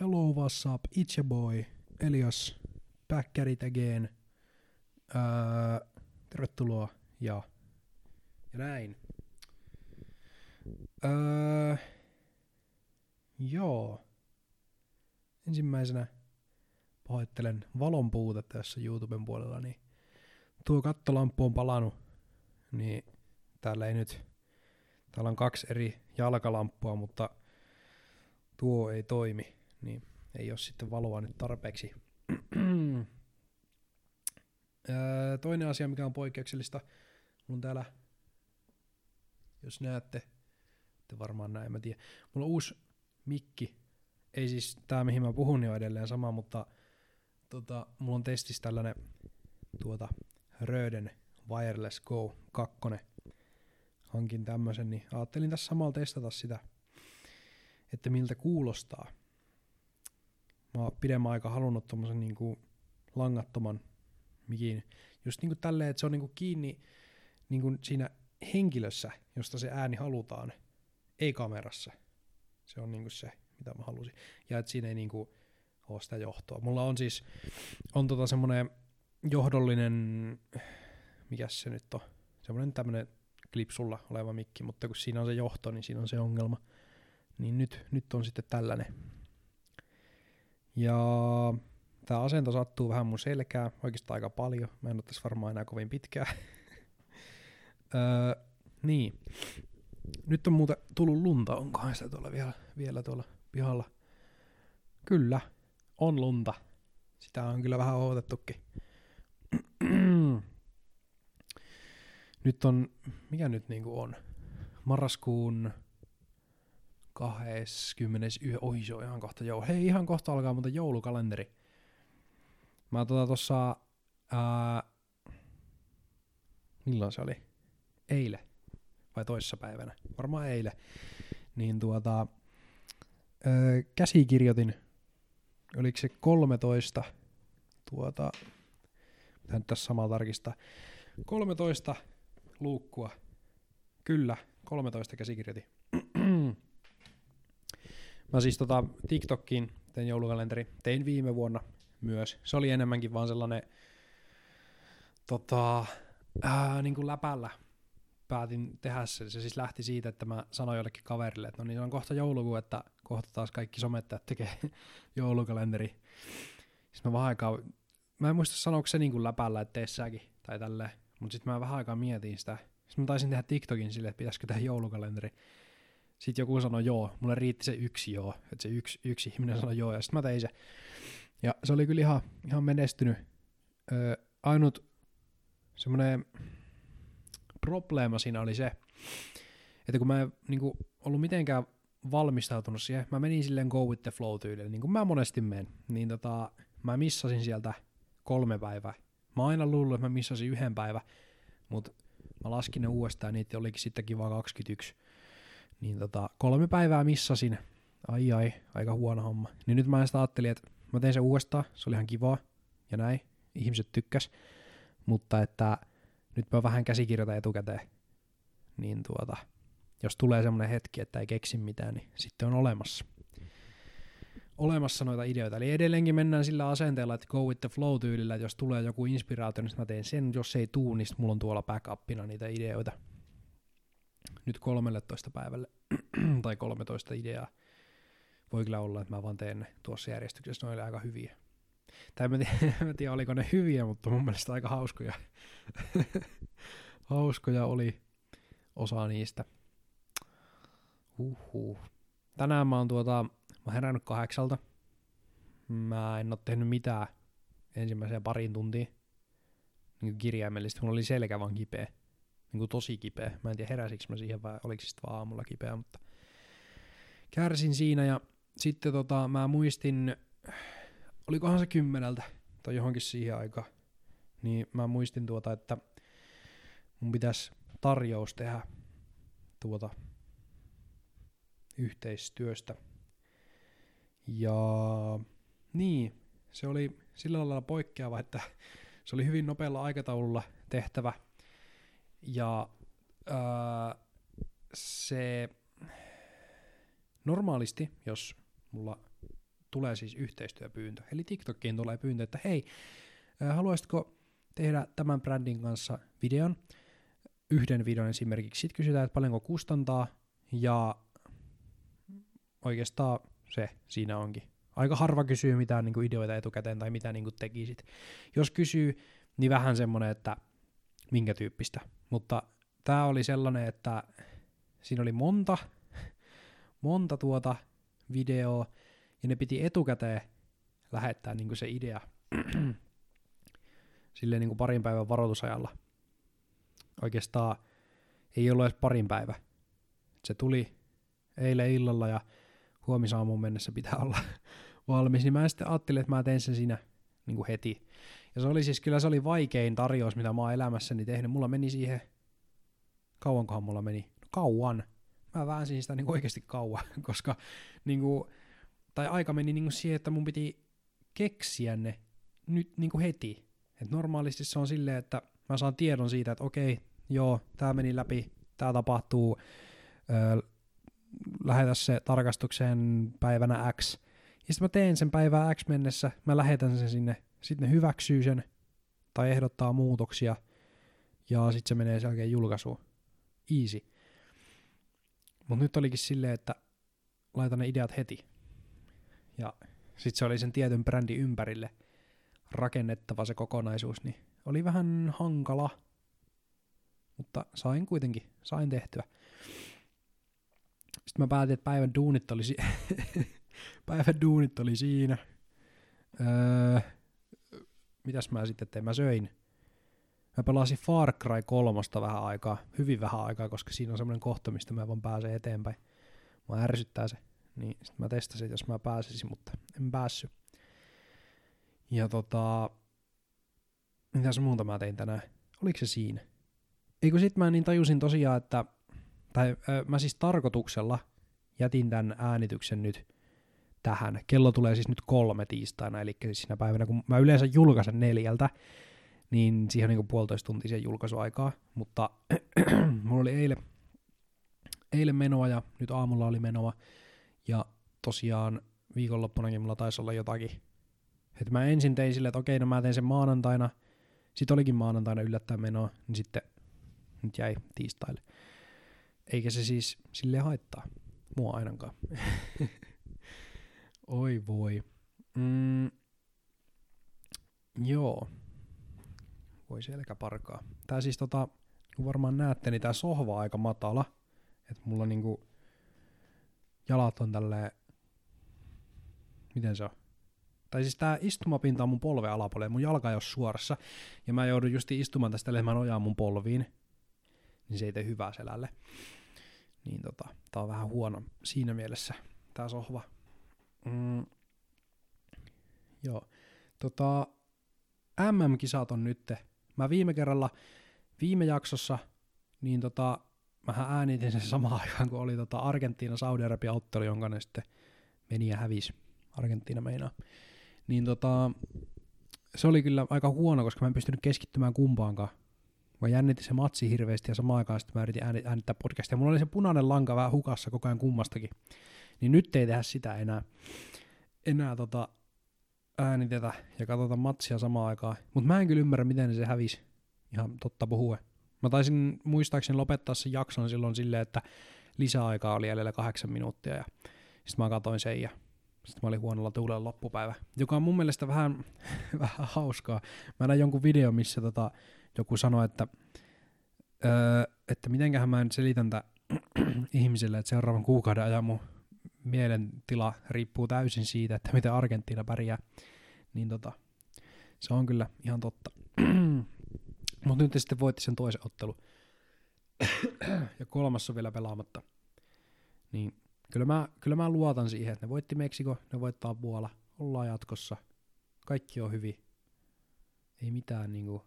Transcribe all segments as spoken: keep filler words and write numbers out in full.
Hello, what's up? It's your boy, Elias, back at it again. Öö, tervetuloa ja, ja näin. Öö, joo. Ensimmäisenä pahoittelen valon puutetta tässä YouTuben puolella, niin tuo kattolamppu on palanut, niin täällä ei nyt, täällä on kaksi eri jalkalamppua, mutta tuo ei toimi, niin ei ole sitten valoa nyt tarpeeksi. öö, toinen asia, mikä on poikkeuksellista, mulla on täällä, jos näette, te varmaan näin, mä tiedän, mulla on uusi mikki, ei siis tää mihin mä puhun jo edelleen sama, mutta tota, mulla on testissä tällainen tuota Röden Wireless Go kaksi. Hankin tämmösen, niin ajattelin tässä samalla testata sitä, että miltä kuulostaa. Mä oon pidemmän aika halunnut tommosen niinku langattoman mikin. Just niinku tälleen, että se on niinku kiinni niinku siinä henkilössä, josta se ääni halutaan, ei kamerassa. Se on niinku se, mitä mä halusin. Ja että siinä ei niinku oo sitä johtoa. Mulla on siis, on tota semmonen johdollinen, mikäs se nyt on, semmonen tämmönen klipsulla oleva mikki, mutta kun siinä on se johto, niin siinä on se ongelma. Niin nyt, nyt on sitten tällainen. Ja tää asento sattuu vähän mun selkää, oikeastaan aika paljon. Mä en oo tässä varmaan enää kovin pitkään. öö, niin. Nyt on muuten tullut lunta, onkohan sitä tuolla vielä, vielä tuolla pihalla? Kyllä, on lunta. Sitä on kyllä vähän odotettukin. Nyt on, mikä nyt niinku on? Marraskuun kahdeskymmenesyhdeksäs Oi se on ihan kohta joulu. Hei, ihan kohta alkaa muuten joulukalenteri. Mä tota tossa, ää, milloin se oli? Eilen. Vai toissapäivänä? Varmaan eilen. Niin tuota, ää, käsikirjoitin, oliko se kolmetoista, tuota, pitää nyt tässä samalla tarkistaa, kolmetoista luukkua. Kyllä, kolmetoista käsikirjoitin. Mä siis tota TikTokkiin tein joulukalenteri, tein viime vuonna myös. Se oli enemmänkin vaan sellainen tota, ää, niin kuin läpällä päätin tehdä se. Se siis lähti siitä, että mä sanoin jollekin kaverille, että no niin, on kohta joulukuu, että kohta taas kaikki somettajat tekee joulukalenteri. Siis mä vähän aikaa, mä en muista sanoiko se niin kuin läpällä, että tee säkin tai tälleen, mutta sit mä vähän aikaa mietin sitä. Sitten mä taisin tehdä TikTokin silleen, että pitäisikö tehdä joulukalenteri. Sitten joku sanoi joo, mulle riitti se yksi joo, että se yksi, yksi ihminen sanoi joo, ja sitten mä tein se. Ja se oli kyllä ihan, ihan menestynyt. Öö, ainut semmoinen probleema siinä oli se, että kun mä en niinku ollut mitenkään valmistautunut siihen, mä menin silleen go with the flow -tyylille, niin kuin mä monesti menen, niin tota, mä missasin sieltä kolme päivää. Mä oon aina luullut, että mä missasin yhden päivän, mutta mä laskin ne uudestaan, ja niitä olikin sittenkin vaan kaksikymmentäyksi. Niin tota, kolme päivää missasin. Ai ai, aika huono homma. Niin nyt mä sitä ajattelin, että mä tein sen uudestaan, se oli ihan kivaa ja näin, ihmiset tykkäs. Mutta että nyt mä vähän käsikirjoitan etukäteen. Niin tuota, jos tulee semmonen hetki, että ei keksi mitään, niin sitten on olemassa. Olemassa noita ideoita. Eli edelleenkin mennään sillä asenteella, että go with the flow -tyylillä, että jos tulee joku inspiraatio, niin mä teen sen. Jos ei tuu, niin mulla on tuolla backupina niitä ideoita. Nyt kolmelletoista päivälle, tai kolmetoista ideaa. Voi kyllä olla, että mä vaan teen ne tuossa järjestyksessä, ne oli aika hyviä. Tai mä tiedä, mä tiedä, oliko ne hyviä, mutta mun mielestä aika hauskoja. hauskoja oli osa niistä. Huhhuh. Tänään mä oon tuota, mä oon herännyt kahdeksalta. Mä en oo tehnyt mitään ensimmäiseen pariin tuntiin. Niin kirjaimellisesti, mulla oli selkä vaan kipeä. Niin kuin tosi kipeä. Mä en tiedä heräsikö mä siihen vai oliko sitten vaan aamulla kipeä, mutta kärsin siinä ja sitten tota, mä muistin, olikohan se kymmeneltä tai johonkin siihen aikaan, niin mä muistin tuota, että mun pitäisi tarjous tehdä tuota yhteistyöstä. Ja niin, se oli sillä lailla poikkeava, että se oli hyvin nopealla aikataululla tehtävä. Ja ää, se normaalisti, jos mulla tulee siis yhteistyöpyyntö. Eli TikTokiin tulee pyyntö, että hei, haluaisitko tehdä tämän brändin kanssa videon, yhden videon esimerkiksi. Sitten kysytään, että paljonko kustantaa, ja oikeastaan se siinä onkin. Aika harva kysyy mitään niin kuin ideoita etukäteen tai mitä niin kuin tekisit. Jos kysyy, niin vähän semmoinen, että minkä tyyppistä. Mutta tää oli sellainen, että siinä oli monta, monta tuota videoa, ja ne piti etukäteen lähettää niin kuin se idea silleen niin kuin parin päivän varoitusajalla. Oikeastaan ei ollut edes parin päivä. Se tuli eilen illalla ja huomisaamuun mennessä pitää olla valmis. Niin mä sitten ajattelin, että mä teen sen siinä niin kuin heti. Ja se oli siis, kyllä se oli vaikein tarjous, mitä mä oon elämässäni tehnyt. Mulla meni siihen, kauankohan mulla meni? No kauan. Mä väänsin sitä niin kuin oikeasti kauan, koska niin kuin, tai aika meni niin kuin siihen, että mun piti keksiä ne nyt niin kuin heti. Et normaalisti se on silleen, että mä saan tiedon siitä, että okei, joo, tää meni läpi, tää tapahtuu, öö, lähetä se tarkastukseen päivänä X. Ja sitten mä teen sen päivää X mennessä, mä lähetän sen sinne, sitten ne hyväksyy sen, tai ehdottaa muutoksia, ja sitten se menee sen jälkeen julkaisuun. Easy. Mut nyt olikin silleen, että laitan ne ideat heti. Ja sitten se oli sen tietyn brändin ympärille rakennettava se kokonaisuus, niin oli vähän hankala, mutta sain kuitenkin, sain tehtyä. Sitten mä päätin, että päivän duunit oli, si- päivän duunit oli siinä. Öö, mitäs mä sitten tein? Mä söin. Mä pelasin Far Cry kolmosta vähän aikaa, hyvin vähän aikaa, koska siinä on semmoinen kohta, mistä mä vaan pääsen eteenpäin. Mä ärsyttää se. Niin sit mä testasin, jos mä pääsisin, mutta en päässyt. Ja tota, mitäs muuta mä tein tänään? Oliko se siinä? Eikö sit mä niin tajusin tosiaan, että, tai ö, mä siis tarkoituksella jätin tämän äänityksen nyt tähän. Kello tulee siis nyt kolme tiistaina, eli siis siinä päivänä, kun mä yleensä julkaisen neljältä, niin siihen on niinku puolitoista tuntia sen julkaisuaikaa, mutta mulla oli eilen, eilen menoa ja nyt aamulla oli menoa, ja tosiaan viikonloppunakin mulla taisi olla jotakin. Että mä ensin tein silleen, että okei, no mä teen sen maanantaina, sit olikin maanantaina yllättäen menoa, niin sitten nyt jäi tiistaille. Eikä se siis silleen haittaa, mua ainakaan. Oi voi. Mm, joo. Voi selkä parkaa. Tää siis tota, kun varmaan näette, niin tää sohva on aika matala. Että mulla niinku jalat on tälleen, miten se on? Tai siis tää istumapinta on mun polven alapuolella, mun jalka ei ole suorassa, ja mä joudun justi istumaan tästä lehmän ojaa mun polviin, niin se ei tee hyvää selälle. Niin tota, tää on vähän huono siinä mielessä, tää sohva. Mm. Joo, tota, M M-kisat on nytte. Mä viime kerralla, viime jaksossa, niin tota, mähän äänitin sen samaan aikaan, kun oli tota Argentiina-Saudi-Arabia-ottelu, jonka ne sitten meni ja hävisi. Argentiina meinaa. Niin tota, se oli kyllä aika huono, koska mä en pystynyt keskittymään kumpaankaan. Mä jännitin se matsi hirveästi ja samaan aikaan sitten mä yritin äänittää podcastia. Mulla oli se punainen lanka vähän hukassa koko ajan kummastakin. Niin nyt ei tehdä sitä enää. Enää tota äänitetä ja katsota matsia samaan aikaan. Mut mä en kyllä ymmärrä, miten se hävisi. Ihan totta puhuen. Mä taisin muistaakseni lopettaa sen jakson silloin silleen, että lisäaikaa oli jäljellä kahdeksan minuuttia. Ja sitten mä katsoin sen ja sitten mä olin huonolla tuulella loppupäivä. Joka on mun mielestä vähän, vähän hauskaa. Mä näin jonkun video, missä tota, joku sanoi, että, öö, että mitenköhän mä nyt selitän tämän ihmisille, että seuraavan kuukauden ajan mun mielentila riippuu täysin siitä, että miten Argentiina pärjää. Niin tota, se on kyllä ihan totta. Mutta nyt sitten voitti sen toisen ottelun. Ja kolmas on vielä pelaamatta. Niin kyllä mä, kyllä mä luotan siihen, että ne voitti Meksiko, ne voittaa Puola. Ollaan jatkossa. Kaikki on hyvin. Ei mitään niinku,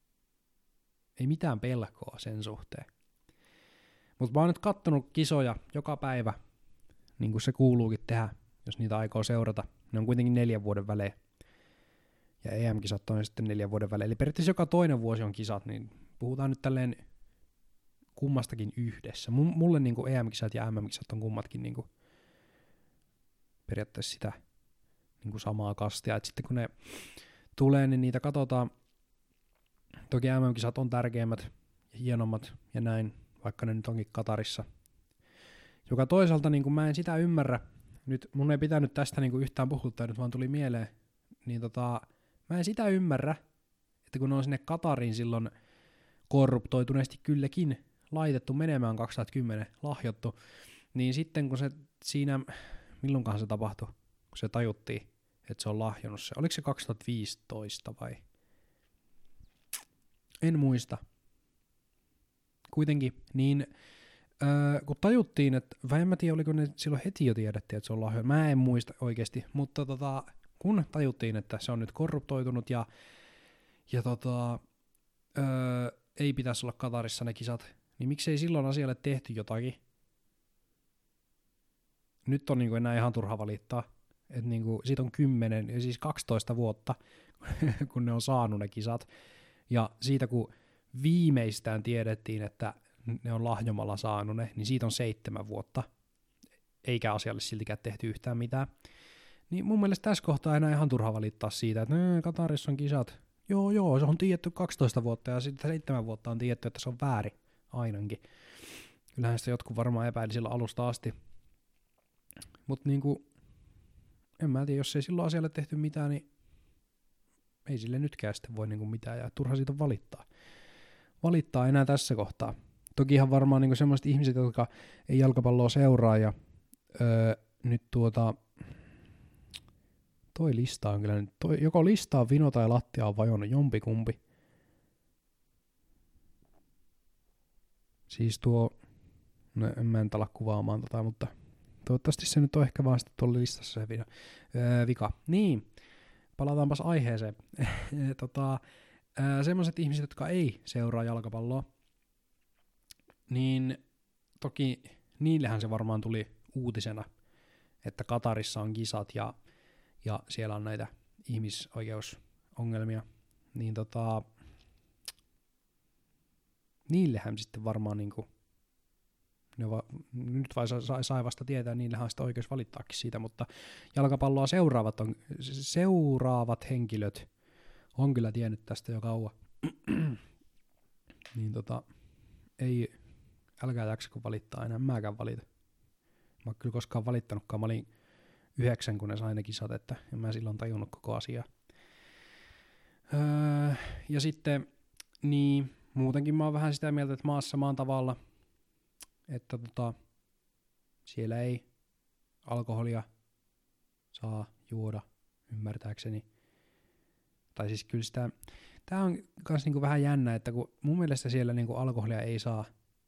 ei mitään pelkoa sen suhteen. Mutta mä oon nyt kattonut kisoja joka päivä, niin kuin se kuuluukin tehdä, jos niitä aikoo seurata. Ne on kuitenkin neljän vuoden välein. Ja E M-kisat on sitten neljän vuoden välein. Eli periaatteessa joka toinen vuosi on kisat, niin puhutaan nyt tälleen kummastakin yhdessä. Mulle niin kuin E M-kisat ja M M-kisat on kummatkin niin kuin periaatteessa sitä niin kuin samaa kastia. Et sitten kun ne tulee, niin niitä katsotaan. Toki M M-kisat on tärkeimmät ja hienommat ja näin, vaikka ne nyt onkin Katarissa. Joka toisaalta niin kuin mä en sitä ymmärrä. Nyt mun ei pitänyt tästä niin kuin yhtään puhuttaa, nyt vaan tuli mieleen. Niin tota, mä en sitä ymmärrä, että kun ne on sinne Katariin silloin korruptoituneesti kylläkin laitettu menemään kaksituhattakymmenen, lahjottu, niin sitten kun se siinä, milloinkohan se tapahtui, kun se tajuttiin, että se on lahjonnut se, oliko se kaksituhattaviisitoista vai? En muista. Kuitenkin, niin öö, kun tajuttiin, että, vai en mä tiedä, oliko ne silloin heti jo tiedettiin, että se on lahjonnut, mä en muista oikeasti, mutta tota, kun tajuttiin, että se on nyt korruptoitunut ja, ja tota, öö, ei pitäisi olla Katarissa ne kisat, niin miksei silloin asialle tehty jotakin? Nyt on niinku enää ihan turha valittaa, että niinku, siitä on kymmenen, siis kaksitoista vuotta, kun ne on saanut ne kisat, ja siitä kun viimeistään tiedettiin, että ne on lahjomalla saanut ne, niin siitä on seitsemän vuotta, eikä asialle siltikään tehty yhtään mitään. Niin mun mielestä tässä kohtaa enää ihan turha valittaa siitä, että Katarissa on kisat. Joo, joo, se on tiedetty kaksitoista vuotta ja sitten seitsemän vuotta on tiedetty, että se on väärin ainakin. Kyllähän sitä jotkut varmaan epäili silloin alusta asti. Mutta niinku, en mä tiedä, jos ei silloin asialle tehty mitään, niin ei sille nytkään sitten voi niinku mitään ja turha siitä valittaa. Valittaa enää tässä kohtaa. Toki ihan varmaan niinku semmoiset ihmiset, jotka ei jalkapalloa seuraa ja öö, nyt tuota... Toi lista on kyllä nyt, toi, joko lista on vino tai lattia on vajonnut, jompikumpi. Siis tuo, no en mä en ala kuvaamaan tota, mutta toivottavasti se nyt on ehkä vaan sitten tuolla listassa se vino, öö, vika. Niin, palataanpas aiheeseen. tota, öö, semmoiset ihmiset, jotka ei seuraa jalkapalloa, niin toki niillehän se varmaan tuli uutisena, että Katarissa on kisat ja ja siellä on näitä ihmisoikeusongelmia, niin tota, niillehän sitten varmaan niinku, ne va, nyt vai sai, sai vasta tietää, niillähän on sitä oikeus valittaakin siitä, mutta jalkapalloa seuraavat, on, seuraavat henkilöt on kyllä tiennyt tästä jo kauan. niin tota, ei, älkää jaksako valittaa enää, mäkään valita. Mä oon kyllä koskaan valittanutkaan, mä olin yhdeksän, kun ne sai ne kisat, että en mä silloin tajunnut koko asiaa. Öö, ja sitten, niin, muutenkin mä oon vähän sitä mieltä, että maassa maan tavalla, että tota, siellä ei alkoholia saa juoda, ymmärtääkseni. Tai siis kyllä sitä, tää on kans niinku vähän jännä, että kun mun mielestä siellä niinku alkoholia ei saa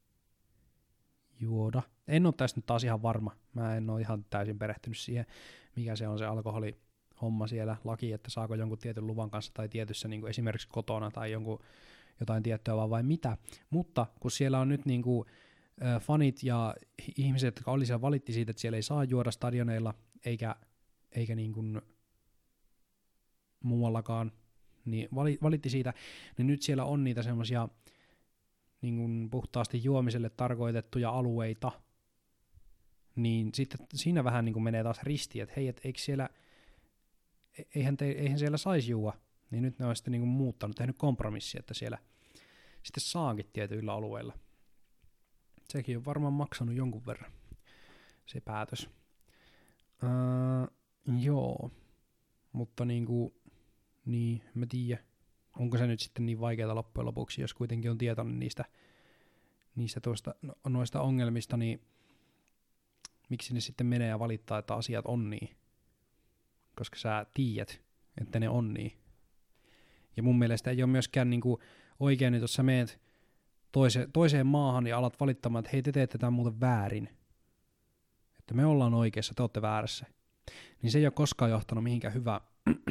juoda. En ole tästä nyt taas ihan varma. Mä en ole ihan täysin perehtynyt siihen, mikä se on se alkoholihomma siellä, laki, että saako jonkun tietyn luvan kanssa tai tietyssä niin kuin esimerkiksi kotona tai jonkun, jotain tiettyä vaan vai mitä. Mutta kun siellä on nyt niin kuin, äh, fanit ja ihmiset, jotka oli siellä, valitti siitä, että siellä ei saa juoda stadioneilla eikä, eikä niin kuin muuallakaan, niin valitti siitä, niin nyt siellä on niitä semmoisia niin kuin puhtaasti juomiselle tarkoitettuja alueita, niin sitten siinä vähän niin kuin menee taas ristiin, että hei, et eikö siellä, eihän, te, eihän siellä saisi juua, niin nyt ne on sitten niin kuin muuttanut, tehnyt kompromissi, että siellä sitten saakin tietyillä alueilla. Sekin on varmaan maksanut jonkun verran, se päätös. Uh, joo, mutta niin kuin, niin, mä tiedän. Onko se nyt sitten niin vaikeaa loppujen lopuksi, jos kuitenkin on tietoinen niistä, niistä tuosta, no, noista ongelmista, niin miksi ne sitten menee ja valittaa, että asiat on niin? Koska sä tiedät, että ne on niin. Ja mun mielestä ei ole myöskään niinku oikein, että jos sä meet toise, toiseen maahan ja alat valittamaan, että hei, te teette tämän muuten väärin. Että me ollaan oikeassa, te olette väärässä. Niin se ei ole koskaan johtanut mihinkään hyvä,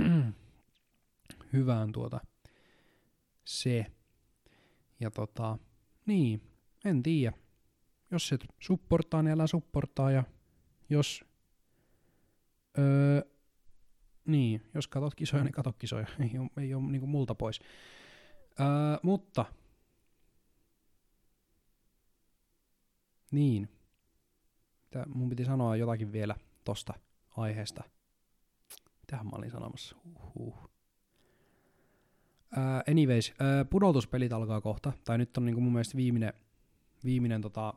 hyvään tuota se. Ja tota, niin, en tiedä. Jos et supporttaa, niin älä supporttaa, ja jos, öö, niin, jos katot kisoja, niin katot kisoja. Ei ole, ei ole niinku multa pois. Öö, mutta, niin, Tää, mun piti sanoa jotakin vielä tosta aiheesta. Mitähän mä olin sanomassa? Uhuh. Uh, anyways, uh, pudotuspelit alkaa kohta. Tai nyt on niinku mun mielestä viimeinen, viimeinen tota,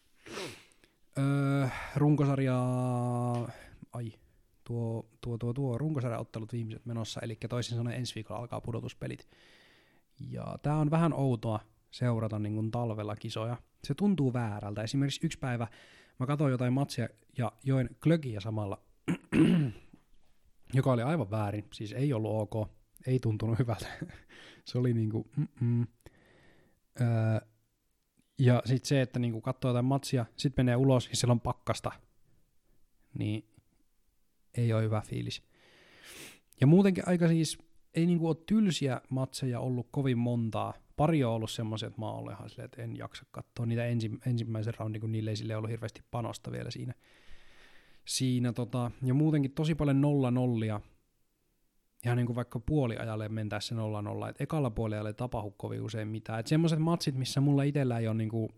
uh, runkosarja... Ai, tuo, tuo, tuo, tuo runkosarja ottelut viimeiset menossa. Eli toisin sanoen ensi viikolla alkaa pudotuspelit. Ja tää on vähän outoa seurata niin kuin talvella kisoja. Se tuntuu väärältä. Esimerkiksi yksi päivä mä katsoin jotain matsia ja join glögiä samalla, joka oli aivan väärin. Siis ei ollut ok. Ei tuntunut hyvältä. Se oli niinku... Mm-mm. Öö, ja sit se, että niinku katsoo jotain matsia, sit menee ulos ja siellä on pakkasta. Niin ei ole hyvä fiilis. Ja muutenkin aika siis... Ei niinku ole tylsiä matseja ollut kovin montaa. Pari on ollut semmoisia, että mä oon ollut ihan silleen, että en jaksa katsoa niitä ensi, ensimmäisen roundin, kun niille ei sille ollut hirveästi panosta vielä siinä. siinä tota, ja muutenkin tosi paljon nolla nollia. Ihan niin kuin vaikka puoliajalle mentäisi se nolla nolla. Että ekalla puoliajalle ei tapahdu kovin usein mitään. Että semmoiset matsit, missä mulla itsellä ei ole niinku,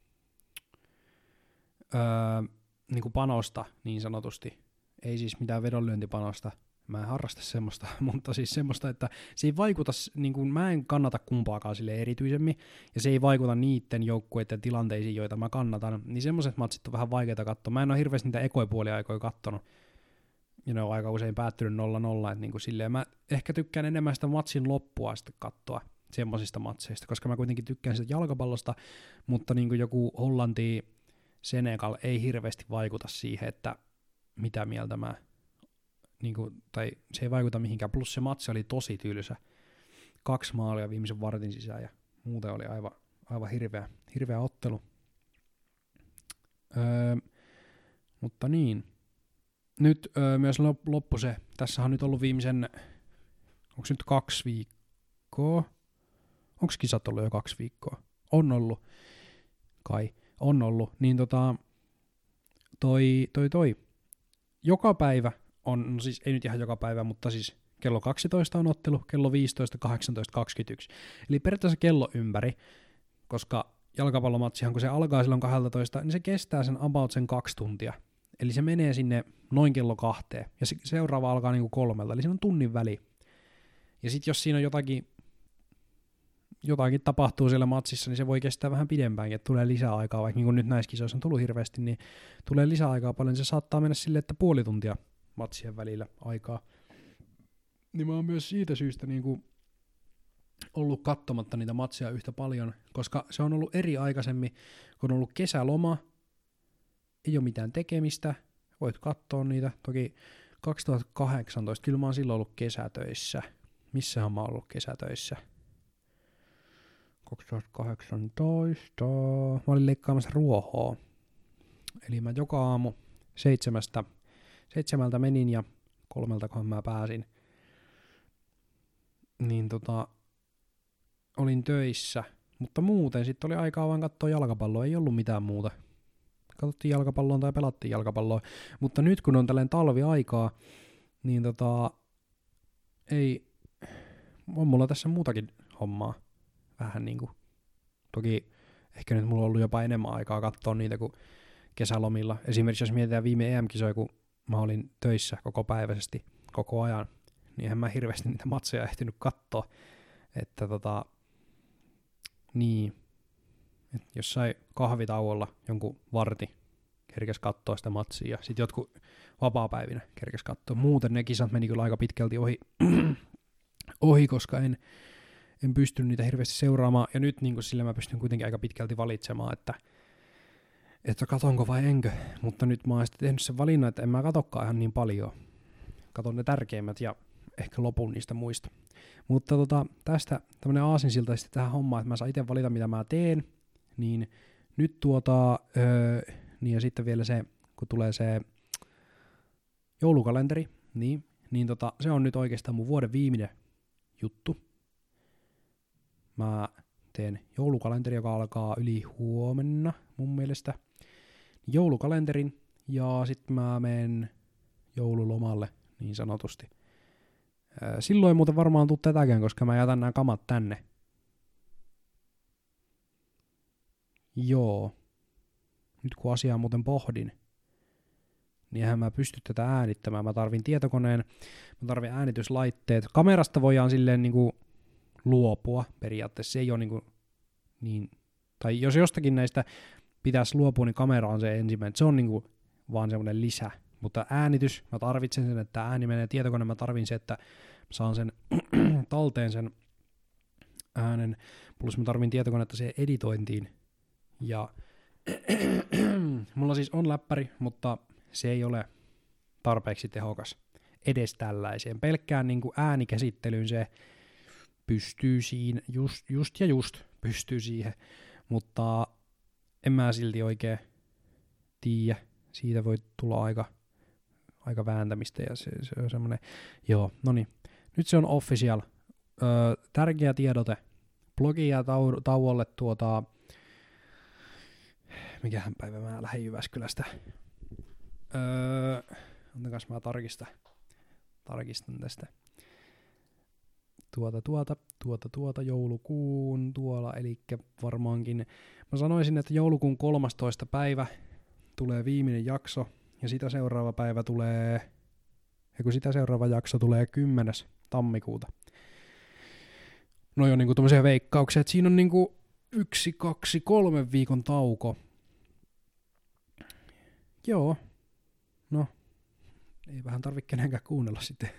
öö, niinku panosta niin sanotusti. Ei siis mitään vedonlyöntipanosta. Mä en harrasta semmoista, mutta siis semmoista, että se ei vaikuta, niin kuin mä en kannata kumpaakaan sille erityisemmin, ja se ei vaikuta niiden joukkueiden tilanteisiin, joita mä kannatan, niin semmoiset matsit on vähän vaikeita katsoa. Mä en ole hirveästi niitä ekoipuoliaikoja kattonut, ja ne on aika usein päättynyt nolla nolla, että niin kuin silleen mä ehkä tykkään enemmän sitä matsin loppua sitten katsoa semmoisista matseista, koska mä kuitenkin tykkään sitä jalkapallosta, mutta niin kuin joku Hollanti, Senegal ei hirveästi vaikuta siihen, että mitä mieltä mä Niin kuin, tai se ei vaikuta mihinkään, plus se matsi oli tosi tylsä. Kaksi maalia viimeisen vartin sisään ja muuten oli aivan, aivan hirveä, hirveä ottelu. Öö, mutta niin. Nyt öö, myös loppu se, tässä on nyt ollut viimeisen, onko nyt kaksi viikkoa? Onko kisat ollut jo kaksi viikkoa? On ollut, kai, on ollut. Niin tota, toi, toi, toi, joka päivä, on, no siis ei nyt ihan joka päivä, mutta siis kello kaksitoista on ottelu, kello viisitoista, kahdeksantoista, kaksikymmentäyksi. Eli periaatteessa kello ympäri, koska jalkapallomatsihan kun se alkaa silloin kaksitoista, niin se kestää sen about sen kaksi tuntia. Eli se menee sinne noin kello kahteen, ja se seuraava alkaa niinku kolmelta, eli siinä on tunnin väli. Ja sit jos siinä on jotakin, jotakin tapahtuu siellä matsissa, niin se voi kestää vähän pidempäänkin, että tulee lisää aikaa, vaikka niin kuin nyt näissä kisoissa on tullut hirveästi, niin tulee lisää aikaa paljon, niin se saattaa mennä silleen, että puoli tuntia matsien välillä aikaa. Niin mä oon myös siitä syystä niin kuin ollut katsomatta niitä matseja yhtä paljon, koska se on ollut eri aikaisemmin, kun on ollut kesäloma, ei ole mitään tekemistä, voit katsoa niitä. Toki kaksituhattakahdeksantoista, kyllä mä oon silloin ollut kesätöissä. Missähän mä oon ollut kesätöissä? kaksituhattakahdeksantoista, mä olin leikkaamassa ruohoa. Eli mä joka aamu seitsemästä Seitsemältä menin ja kolmeltakohan mä pääsin. Niin tota, olin töissä, mutta muuten sitten oli aikaa vaan katsoa jalkapalloa, ei ollut mitään muuta. Katsottiin jalkapalloa tai pelattiin jalkapalloa, mutta nyt kun on tällainen talviaikaa, niin tota, ei, on mulla tässä muutakin hommaa. Vähän niinku, toki ehkä nyt mulla on ollut jopa enemmän aikaa katsoa niitä kuin kesälomilla. Esimerkiksi jos mietitään viime E M-kisoja, kun mä olin töissä koko päiväisesti, koko ajan, niin eihän mä hirveästi niitä matseja ehtinyt katsoa. Että tota, niin, et jos sai kahvitauolla jonkun varti, kerkes katsoa sitä matsia, ja sit jotkut vapaapäivinä kerkes katsoa. Muuten ne kisat meni kyllä aika pitkälti ohi, ohi koska en, en pystynyt niitä hirveästi seuraamaan, ja nyt niin sillä mä pystyn kuitenkin aika pitkälti valitsemaan, että että katonko vai enkö, mutta nyt mä oon sitten tehnyt sen valinnan, että en mä katokaan ihan niin paljon. Katon ne tärkeimmät ja ehkä lopun niistä muista. Mutta tota, tästä tämmönen aasinsilta sitten tähän hommaan, että mä saan itse valita mitä mä teen, niin nyt tuota, öö, niin ja sitten vielä se, kun tulee se joulukalenteri, niin, niin tota, se on nyt oikeastaan mun vuoden viimeinen juttu. Mä teen joulukalenteri, joka alkaa yli huomenna mun mielestä. Joulukalenterin ja sitten mä menen joululomalle niin sanotusti. Silloin ei muuten varmaan tuu tätäkään, koska mä jätän nämä kamat tänne. Joo. Nyt kun asiaa muuten pohdin, niin eihän mä pysty tätä äänittämään. Mä tarvin tietokoneen, mä tarvin äänityslaitteet. Kamerasta voidaan silleen niinku luopua periaatteessa. Se ei ole niinku niin, tai jos jostakin näistä pitäisi luopua, niin kamera on se ensimmäinen. Se on niinku vaan semmoinen lisä. Mutta äänitys, mä tarvitsen sen, että ääni menee tietokoneen. Mä tarvin se, että saan sen talteen sen äänen. Plus mä tarvin tietokonetta siihen editointiin. Ja mulla siis on läppäri, mutta se ei ole tarpeeksi tehokas edes tällaiseen. Pelkkään niin kuin äänikäsittelyyn se pystyy siinä, just, just ja just pystyy siihen, mutta en mä silti oikein tiedä. Siitä voi tulla aika, aika vääntämistä ja se, se on semmonen, joo, no niin. Nyt se on official. Öö, tärkeä tiedote. Blogi ja tau- tauolle tuota, mikähän päivä mä lähdin Jyväskylästä. Öö, antakas mä tarkistan. Tarkistan tästä. Tuota, tuota, tuota, tuota, joulukuun tuolla, eli varmaankin, mä sanoisin, että joulukuun kolmastoista päivä tulee viimeinen jakso, ja sitä seuraava päivä tulee, ja kun sitä seuraava jakso tulee kymmenes tammikuuta. No jo niinku tommosia veikkauksia, että siinä on niinku yksi, kaksi, kolme viikon tauko. Joo, no, ei vähän tarvitse kenenkään kuunnella sitten.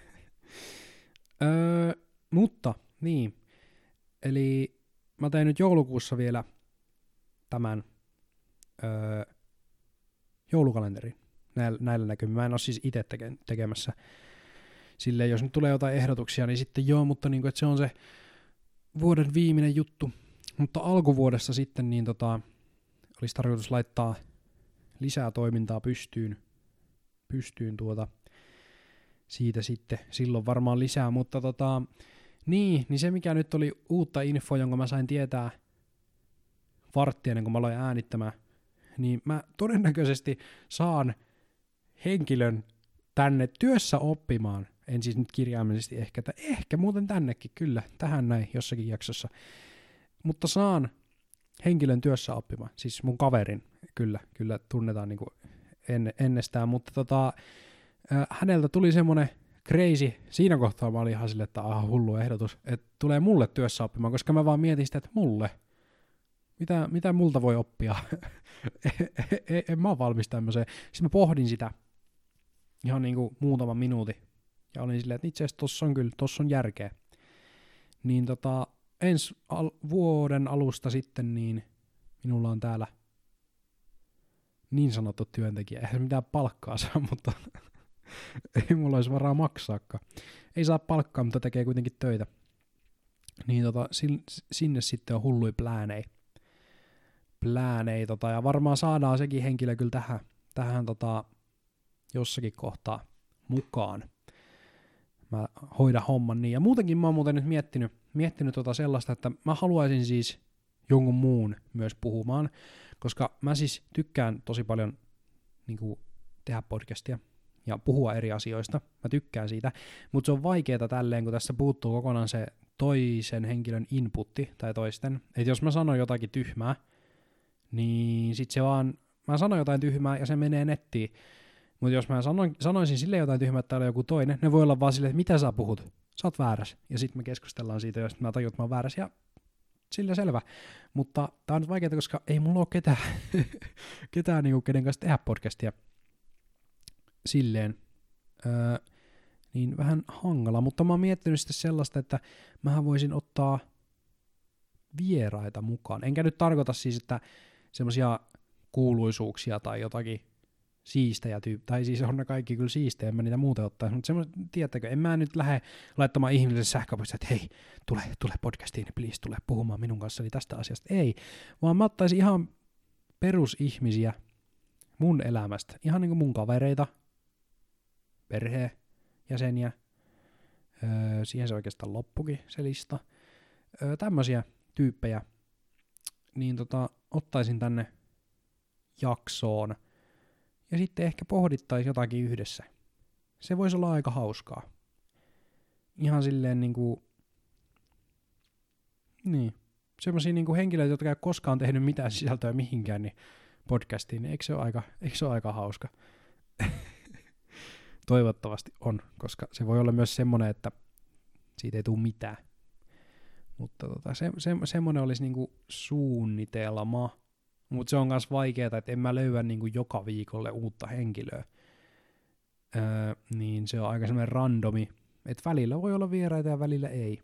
öö, mutta, niin, eli mä tein nyt joulukuussa vielä tämän öö, joulukalenterin näillä, näillä näkymin. Mä en ole siis itse teke, tekemässä. Silleen, jos nyt tulee jotain ehdotuksia, niin sitten joo, mutta niinku, että se on se vuoden viimeinen juttu. Mutta alkuvuodessa sitten niin tota, olisi tarkoitus laittaa lisää toimintaa pystyyn, pystyyn tuota, siitä sitten silloin varmaan lisää, mutta tota, niin, niin se mikä nyt oli uutta infoa, jonka mä sain tietää varttia ennen kuin mä aloin äänittämään, niin mä todennäköisesti saan henkilön tänne työssä oppimaan, en siis nyt kirjaimellisesti ehkä, että ehkä muuten tännekin kyllä, tähän näin jossakin jaksossa, mutta saan henkilön työssä oppimaan, siis mun kaverin, kyllä, kyllä tunnetaan niinku en, ennestään, mutta tota, äh, häneltä tuli semmonen crazy, siinä kohtaa mä olin ihan silleen, että aha, hullu ehdotus, että tulee mulle työssä oppimaan, koska mä vaan mietin sitä, että mulle, mitä, mitä multa voi oppia, en, en mä oo valmis tämmöiseen, sitten mä pohdin sitä ihan niinku muutaman minuutin, ja olin silleen, että itse asiassa tossa on kyllä, tossa on järkeä, niin tota, ensi al- vuoden alusta sitten, niin minulla on täällä niin sanottu työntekijä. Eihän mitään palkkaa saa, mutta ei mulla olisi varaa maksaakaan. Ei saa palkkaa, mutta tekee kuitenkin töitä. Niin tota, sinne sitten on hulluja pläänejä. Pläänejä tota, ja varmaan saadaan sekin henkilö kyllä tähän, tähän tota, jossakin kohtaa mukaan. Mä hoidan homman niin. Ja muutenkin mä oon muuten nyt miettinyt, miettinyt tota sellaista, että mä haluaisin siis jonkun muun myös puhumaan, koska mä siis tykkään tosi paljon niin kuin, tehdä podcastia ja puhua eri asioista. Mä tykkään siitä, mutta se on vaikeaa tälleen, kun tässä puuttuu kokonaan se toisen henkilön inputti tai toisten. Että jos mä sanon jotakin tyhmää, niin sit se vaan, mä sanon jotain tyhmää ja se menee nettiin. Mutta jos mä sanoin, sanoisin sille jotain tyhmää, että täällä on joku toinen, ne voi olla vaan silleen, että mitä sä puhut? Sä oot väärässä. Ja sitten me keskustellaan siitä, jos mä tajun, että mä oon väärässä ja sillä selvä. Mutta tää on nyt vaikeaa, koska ei mulla ole ketään, ketään niinku, kenen kanssa tehdä podcastia silleen. Öö, niin vähän hankala, mutta mä oon miettinyt sitten sellaista, että mähän voisin ottaa vieraita mukaan. Enkä nyt tarkoita siis, että semmosia kuuluisuuksia tai jotakin siistejä tyyppi, tai siis on ne kaikki kyllä siistejä, en mä niitä muuten ottaisi, mutta semmoista, tiedättekö, en mä nyt lähde laittamaan ihmisille sähköpostia, että hei, tule, tule podcastiin, please, tule puhumaan minun kanssani tästä asiasta. Ei, vaan mä ottaisin ihan perusihmisiä mun elämästä, ihan niin kuin mun kavereita, perheenjäseniä, öö, siihen se oikeastaan loppukin se lista, öö, tämmöisiä tyyppejä, niin tota, ottaisin tänne jaksoon, ja sitten ehkä pohdittaisiin jotakin yhdessä. Se voisi olla aika hauskaa. Ihan silleen niinku, niin, semmosia niinku henkilöitä, jotka ei ole koskaan tehnyt mitään sisältöä mihinkään, niin podcastiin, niin eikö se ole aika, eikö se ole aika hauska? Toivottavasti on, koska se voi olla myös semmoinen, että siitä ei tule mitään. Mutta tota, se, se, semmoinen olisi niinku suunnitelma, mutta se on myös vaikeaa, että en mä löyä niinku joka viikolle uutta henkilöä. Öö, niin se on aika semmoinen randomi, että välillä voi olla vieraita ja välillä ei.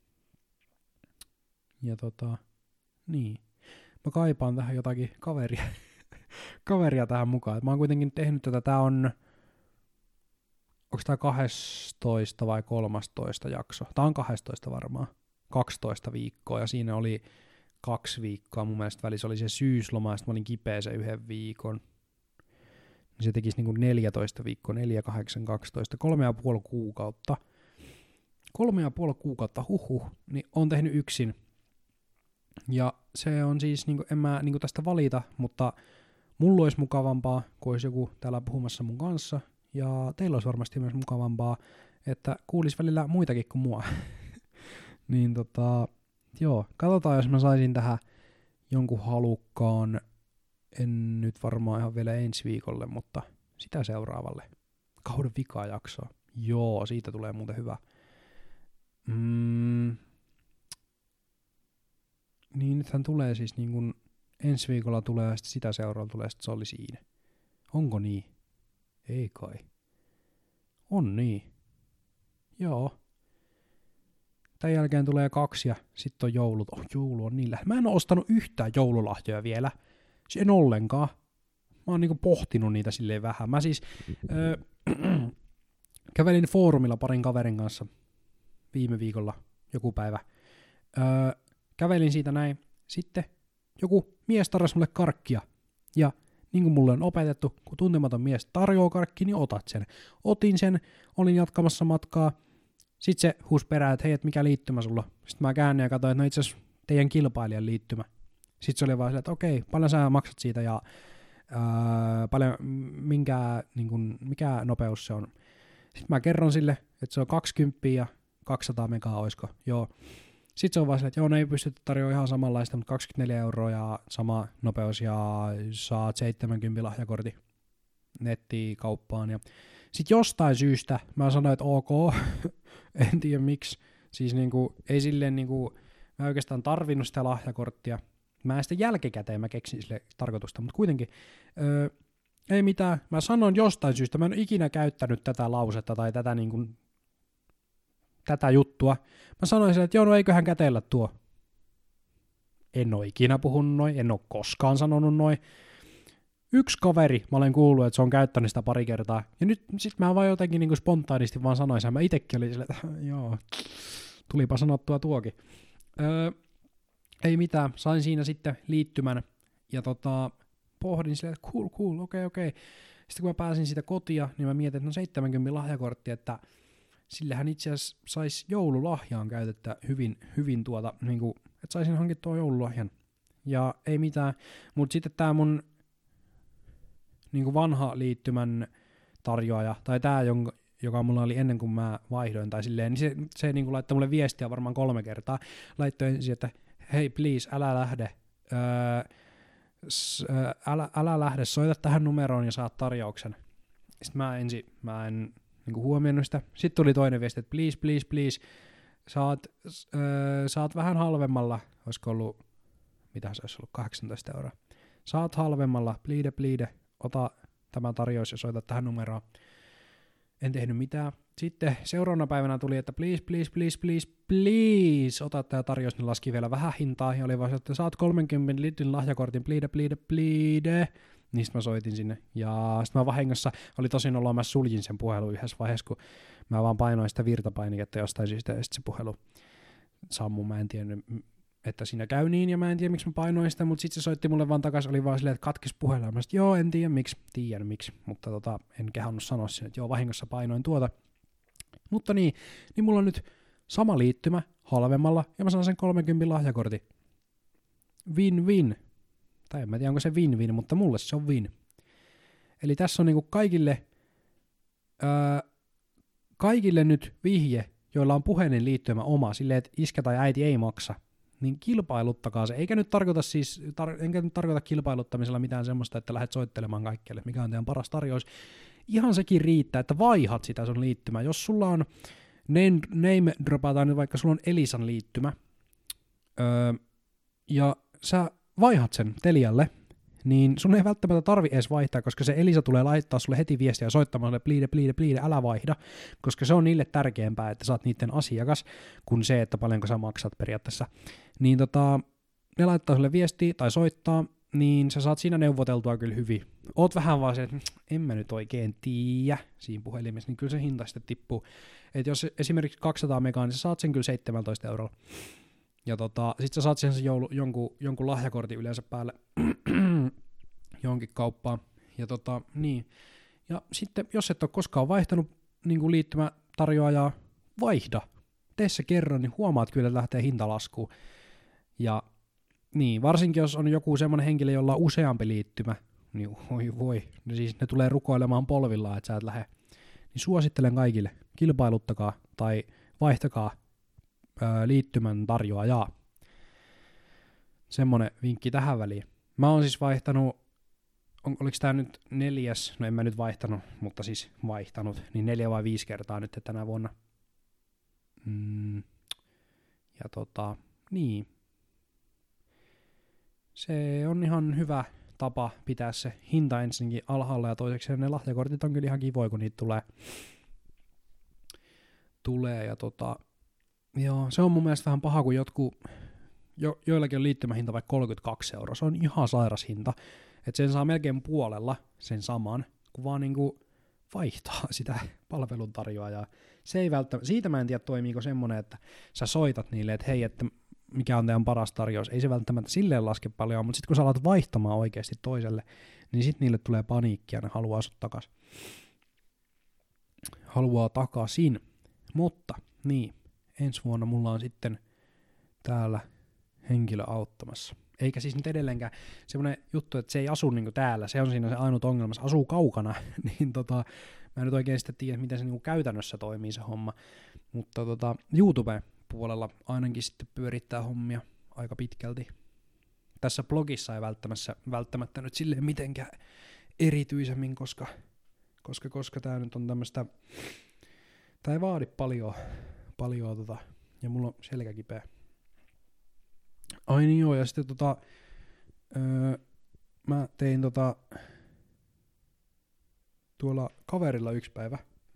Ja tota, niin. Mä kaipaan tähän jotakin kaveria, kaveria tähän mukaan. Et mä oon kuitenkin tehnyt tätä, tää on, onko tää kaksitoista vai kolmetoista jakso? Tää on kaksitoista varmaan, kaksitoista viikkoa, ja siinä oli kaksi viikkoa mun mielestä välissä oli se syysloma, ja sit mä olin kipeä se yhden viikon. Se tekisi niinku neljätoista viikkoa, neljä, kahdeksan, kaksitoista, kolme ja puoli kuukautta. Kolme ja puoli kuukautta, huhhuh, niin on tehnyt yksin. Ja se on siis, niinku, en mä niinku tästä valita, mutta mulla olisi mukavampaa, kun olisi joku täällä puhumassa mun kanssa. Ja teillä olisi varmasti myös mukavampaa, että kuulisi välillä muitakin kuin mua. Niin tota, joo, katsotaan jos mä saisin tähän jonkun halukkaan. En nyt varmaan ihan vielä ensi viikolle, mutta sitä seuraavalle. Kauden vikaa jaksoa. Joo, siitä tulee muuten hyvä. Mm. Niin nythän tulee siis niin kun ensi viikolla tulee ja sitä seuraavalla tulee, sitten se oli siinä. Onko niin? Ei kai. On niin. Joo. Tämän jälkeen tulee kaksi ja sitten on joulut. Oh, joulu on niin lähellä. Mä en ole ostanut yhtään joululahjoja vielä. En ollenkaan. Mä oon niinku pohtinut niitä silleen vähän. Mä siis öö, kävelin foorumilla parin kaverin kanssa viime viikolla joku päivä. Öö, kävelin siitä näin. Sitten joku mies tarjosi mulle karkkia. Ja niin kuin mulle on opetettu, kun tuntematon mies tarjoaa karkki, niin otat sen. Otin sen, olin jatkamassa matkaa. Sitten se huusi perään, että hei, et mikä liittymä sulla? Sitten mä käännyin ja katsoin, että no itse asiassa teidän kilpailijan liittymä. Sitten se oli vaan silleen, että okei, paljon sä maksat siitä ja ää, paljon, minkä, niin kun, mikä nopeus se on. Sitten mä kerron sille, että se on kaksikymmentä ja kaksisataa megaa oisko. Joo. Sitten se on vaan silleen, että joo, ne ei pystytä tarjoamaan ihan samanlaista, mutta kaksikymmentäneljä euroa ja sama nopeus ja saat seitsemänkymmentä lahjakortin nettiin kauppaan. Ja sitten jostain syystä mä sanoin, että ok, en tiedä miksi. Siis niinku, ei silleen niinku, mä oikeastaan tarvinnut sitä lahjakorttia. Mä en sitä jälkikäteen mä keksin sille tarkoitusta, mutta kuitenkin öö, ei mitään. Mä sanon jostain syystä, mä en ole ikinä käyttänyt tätä lausetta tai tätä, niin kuin, tätä juttua. Mä sanoin sille, että joo, no eiköhän käteellä tuo. En ole ikinä puhunut noin, en ole koskaan sanonut noin. Yksi kaveri, mä olen kuullut, että se on käyttänyt sitä pari kertaa. Ja nyt sit mä vaan jotenkin niin kuin spontaanisti vaan sanoin sen. Mä itekin olin silleen, että joo, tulipa sanottua tuokin. Öö, Ei mitään, sain siinä sitten liittymän ja tota, pohdin silleen, että cool, cool, okei, okay, okei. Okay. Sitten kun mä pääsin siitä kotia, niin mä mietin, että no seitsemänkymmentä lahjakortti, että sillähän itse asiassa saisi joululahjaan käytettä hyvin, hyvin tuota, niin kuin, että saisin hankittua joululahjan. Ja ei mitään, mutta sitten tää mun niin kuin vanha liittymän tarjoaja, tai tää, jonka, joka mulla oli ennen kuin mä vaihdoin, tai silleen, niin se, se niin kuin laittoi mulle viestiä varmaan kolme kertaa. Laittoi ensin, että hei please, älä lähde, öö, s, öö, älä, älä lähde, soita tähän numeroon ja saat tarjouksen. Sitten mä ensin, mä en niin kuin huomioinut sitä. Sitten tuli toinen viesti, että please, please, please, saat, öö, saat vähän halvemmalla, olisiko ollut, mitä se olisi ollut, kahdeksantoista euroa. Saat halvemmalla, please, please, ota tämä tarjous ja soita tähän numeroon. En tehnyt mitään. Sitten seuraavana päivänä tuli, että please, please, please, please, please, ota tämä tarjous, niin laski vielä vähän hintaa, ja oli vaan, että saat kolmenkymmenen litin lahjakortin, please, please, please. Niin sitten mä soitin sinne, ja sitten mä vahingossa, oli tosin ollut, mä suljin sen puhelun yhdessä vaiheessa, kun mä vaan painoin sitä virtapainiketta jostain syystä, ja sitten se puhelu sammui, mä en tiennyt, että siinä käy niin, ja mä en tiedä, miksi mä painoin sitä, mutta sitten se soitti mulle vaan takaisin, oli vaan silleen, että katkes puhelu, ja mä sit, joo, en tiedä miksi, tiedän miksi, mutta tota, en kehannut sanoa sinne, että joo, vahingossa painoin tuota. Mutta niin, niin mulla on nyt sama liittymä halvemmalla, ja mä saan sen kolmenkymmenen lahjakortin. Win-win. Tai en mä tiedä, onko se win-win, mutta mulle se on win. Eli tässä on niinku kaikille, öö, kaikille nyt vihje, joilla on puheinen liittymä oma, silleen, että iskä tai äiti ei maksa, niin kilpailuttakaa se. Eikä nyt tarkoita siis, tar- enkä nyt tarkoita kilpailuttamisella mitään semmoista, että lähdet soittelemaan kaikkialle, mikä on teidän paras tarjous. ihan sekin riittää, että vaihat sitä sun liittymää. Jos sulla on, name dropataan nyt vaikka sulla on Elisan liittymä, öö, ja sä vaihat sen Telialle, niin sun ei välttämättä tarvi edes vaihtaa, koska se Elisa tulee laittaa sulle heti viestiä ja soittamaan sulle, please, please, please, älä vaihda, koska se on niille tärkeämpää, että sä oot niiden asiakas, kuin se, että paljonko sä maksat periaatteessa. Niin tota, ne laittaa sulle viestiä tai soittaa, niin sä saat siinä neuvoteltua kyllä hyvin. Oot vähän vaan se, että en mä nyt oikein tiiä siinä puhelimessa, niin kyllä se hinta sitten tippuu. Että jos esimerkiksi kaksisataa megaa, niin sä saat sen kyllä seitsemäntoista eurolla. Ja tota, sit sä saat siihen sen joulu, jonkun, jonkun lahjakortin yleensä päälle johonkin kauppaan. Ja tota, niin. Ja sitten, jos et ole koskaan vaihtanut niin liittymätarjoajaa, vaihda. Tee se kerran, niin huomaat kyllä, että lähtee hintalaskuun. Ja niin, varsinkin jos on joku semmoinen henkilö, jolla on useampi liittymä, niin voi voi, ne, siis ne tulee rukoilemaan polvillaan, että sä et lähde. Niin suosittelen kaikille, kilpailuttakaa tai vaihtakaa ää, liittymän tarjoajaa. Semmonen vinkki tähän väliin. Mä oon siis vaihtanut, on, oliko tää nyt neljäs, no en mä nyt vaihtanut, mutta siis vaihtanut, niin neljä vai viisi kertaa nyt tänä vuonna. Mm. Ja tota, niin. Se on ihan hyvä tapa pitää se hinta ensinnäkin alhaalla ja toiseksi ne lahjakortit on kyllä ihan kivoja, kun niitä tulee. tulee ja tota, joo, se on mun mielestä vähän paha, kun jotkut, jo, joillakin on liittymähinta vaikka kolmekymmentäkaksi euroa. Se on ihan sairas hinta, että sen saa melkein puolella sen saman, kun vaan niinku vaihtaa sitä palveluntarjoajaa. Se ei välttämättä, siitä mä en tiedä toimiiko semmonen, että sä soitat niille, että hei, että mikä on teidän paras tarjous. Ei se välttämättä silleen laske paljon, mutta sitten kun sä alat vaihtamaan oikeasti toiselle, niin sitten niille tulee paniikkia, ne haluaa sut takas. Haluaa takaisin. Mutta, niin, ensi vuonna mulla on sitten täällä henkilö auttamassa. Eikä siis nyt edelleenkään semmoinen juttu, että se ei asu niinku täällä, se on siinä se ainut ongelma, se asuu kaukana, niin tota, mä en nyt oikein sitten tiedä, miten se niinku käytännössä toimii se homma. Mutta tota, YouTube puolella ainakin sitten pyörittää hommia aika pitkälti. Tässä blogissa ei välttämättä, välttämättä nyt silleen mitenkään erityisemmin, koska, koska, koska tää nyt on tämmöstä, tää ei vaadi paljon, paljon tota, ja mulla on selkä kipeä. Ai niin joo, ja sitten tota, öö, mä tein tota, tuolla kaverilla yksi päivä,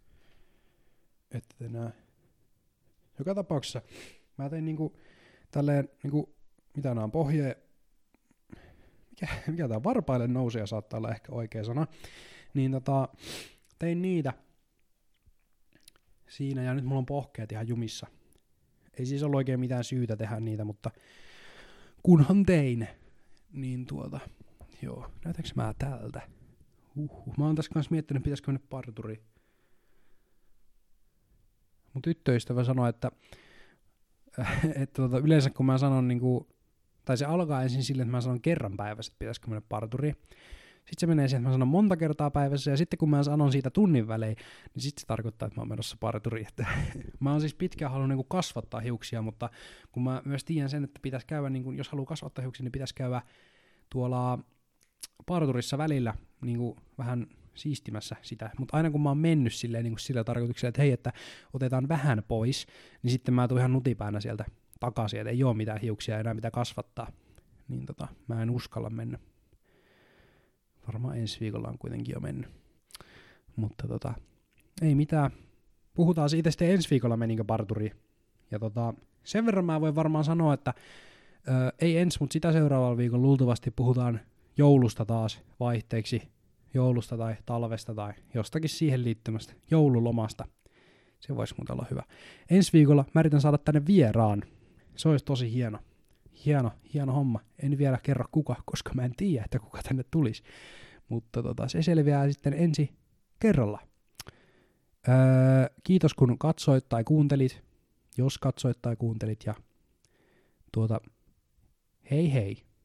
että nää, joka tapauksessa mä tein niinku tälleen niinku, mitä nää on, pohje, mikä, mikä tää varpaille nousija saattaa olla ehkä oikea sana, niin tota, tein niitä siinä ja nyt mulla on pohkeet ihan jumissa. Ei siis ollut oikein mitään syytä tehdä niitä, mutta kunhan tein, niin tuota, joo, näytäks mä tältä? Uhuh. Mä oon tässä kanssa miettinyt, pitäisikö mennä parturiin. Mun tyttöystävä sanoi, että, että tota, yleensä kun mä sanon, niinku, tai se alkaa ensin silleen, että mä sanon kerran päivässä, että pitäisikö mennä parturiin. Sitten se menee siihen, että mä sanon monta kertaa päivässä, ja sitten kun mä sanon siitä tunnin välein, niin sitten se tarkoittaa, että mä oon menossa parturiin. Mä oon siis pitkään halunnut niinku kasvattaa hiuksia, mutta kun mä myös tiedän sen, että pitäisi käydä, niinku, jos haluaa kasvattaa hiuksia, niin pitäisi käydä tuolla parturissa välillä niinku vähän siistimässä sitä. Mutta aina kun mä oon mennyt silleen, niinku sillä tarkoituksella, että hei, että otetaan vähän pois, niin sitten mä tuun ihan nutipäänä sieltä takaisin, että ei oo mitään hiuksia enää mitä kasvattaa. Niin tota, mä en uskalla mennä. Varmaan ensi viikolla on kuitenkin jo mennyt. Mutta tota, ei mitään. Puhutaan siitä sitten ensi viikolla meninkö parturiin. Ja tota, sen verran mä voin varmaan sanoa, että ö, ei ensi, mutta sitä seuraavalla viikolla luultavasti puhutaan joulusta taas vaihteeksi. Joulusta tai talvesta tai jostakin siihen liittymästä. Joululomasta. Se voisi muuten olla hyvä. Ensi viikolla mä yritän saada tänne vieraan. Se olisi tosi hieno. Hieno, hieno homma. En vielä kerro kuka, koska mä en tiedä, että kuka tänne tulisi. Mutta tota, se selviää sitten ensi kerralla. Öö, kiitos kun katsoit tai kuuntelit. Jos katsoit tai kuuntelit. Ja tuota, hei hei.